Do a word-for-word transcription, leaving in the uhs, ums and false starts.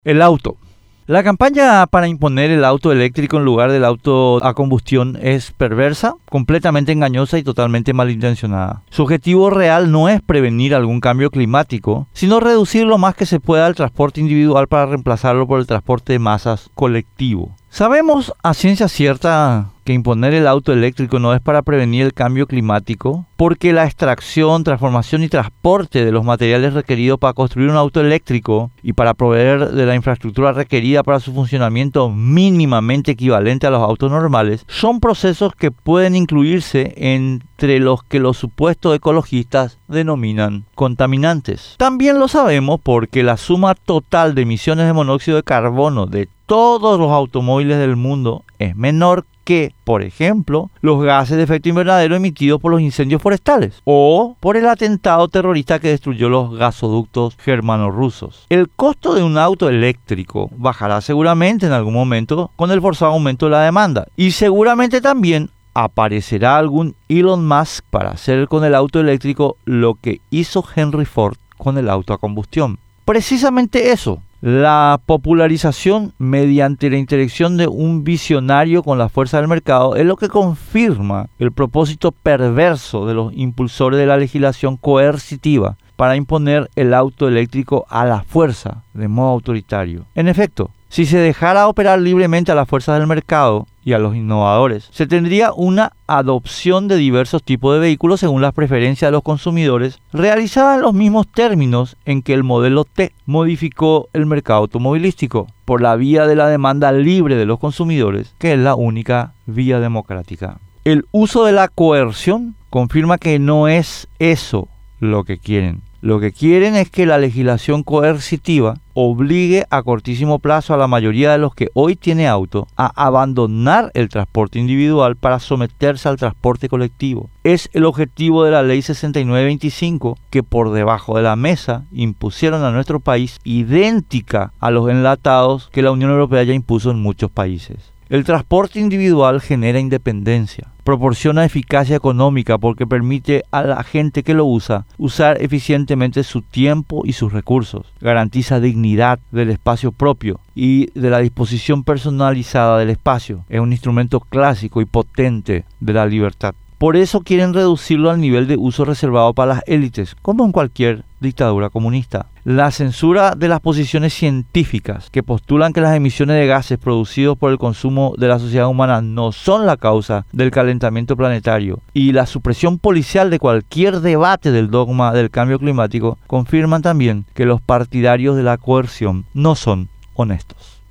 El auto. La campaña para imponer el auto eléctrico en lugar del auto a combustión es perversa, completamente engañosa y totalmente malintencionada. Su objetivo real no es prevenir algún cambio climático, sino reducir lo más que se pueda el transporte individual para reemplazarlo por el transporte de masas colectivo. Sabemos a ciencia cierta que imponer el auto eléctrico no es para prevenir el cambio climático, porque la extracción, transformación y transporte de los materiales requeridos para construir un auto eléctrico y para proveer de la infraestructura requerida para su funcionamiento mínimamente equivalente a los autos normales son procesos que pueden incluirse entre los que los supuestos ecologistas denominan contaminantes. También lo sabemos porque la suma total de emisiones de monóxido de carbono de todos los automóviles del mundo es menor que, por ejemplo, los gases de efecto invernadero emitidos por los incendios forestales o por el atentado terrorista que destruyó los gasoductos germano-rusos. El costo de un auto eléctrico bajará seguramente en algún momento con el forzado aumento de la demanda, y seguramente también aparecerá algún Elon Musk para hacer con el auto eléctrico lo que hizo Henry Ford con el auto a combustión. Precisamente eso. La popularización mediante la interacción de un visionario con la fuerza del mercado es lo que confirma el propósito perverso de los impulsores de la legislación coercitiva para imponer el auto eléctrico a la fuerza de modo autoritario. En efecto, si se dejara operar libremente a las fuerzas del mercado y a los innovadores, se tendría una adopción de diversos tipos de vehículos según las preferencias de los consumidores, realizada en los mismos términos en que el modelo T modificó el mercado automovilístico, por la vía de la demanda libre de los consumidores, que es la única vía democrática. El uso de la coerción confirma que no es eso lo que quieren. Lo que quieren es que la legislación coercitiva obligue a cortísimo plazo a la mayoría de los que hoy tiene auto a abandonar el transporte individual para someterse al transporte colectivo. Es el objetivo de la ley sesenta y nueve veinticinco que por debajo de la mesa impusieron a nuestro país, idéntica a los enlatados que la Unión Europea ya impuso en muchos países. El transporte individual genera independencia, proporciona eficacia económica porque permite a la gente que lo usa usar eficientemente su tiempo y sus recursos, garantiza dignidad del espacio propio y de la disposición personalizada del espacio. Es un instrumento clásico y potente de la libertad. Por eso quieren reducirlo al nivel de uso reservado para las élites, como en cualquier dictadura comunista. La censura de las posiciones científicas que postulan que las emisiones de gases producidos por el consumo de la sociedad humana no son la causa del calentamiento planetario y la supresión policial de cualquier debate del dogma del cambio climático confirman también que los partidarios de la coerción no son honestos.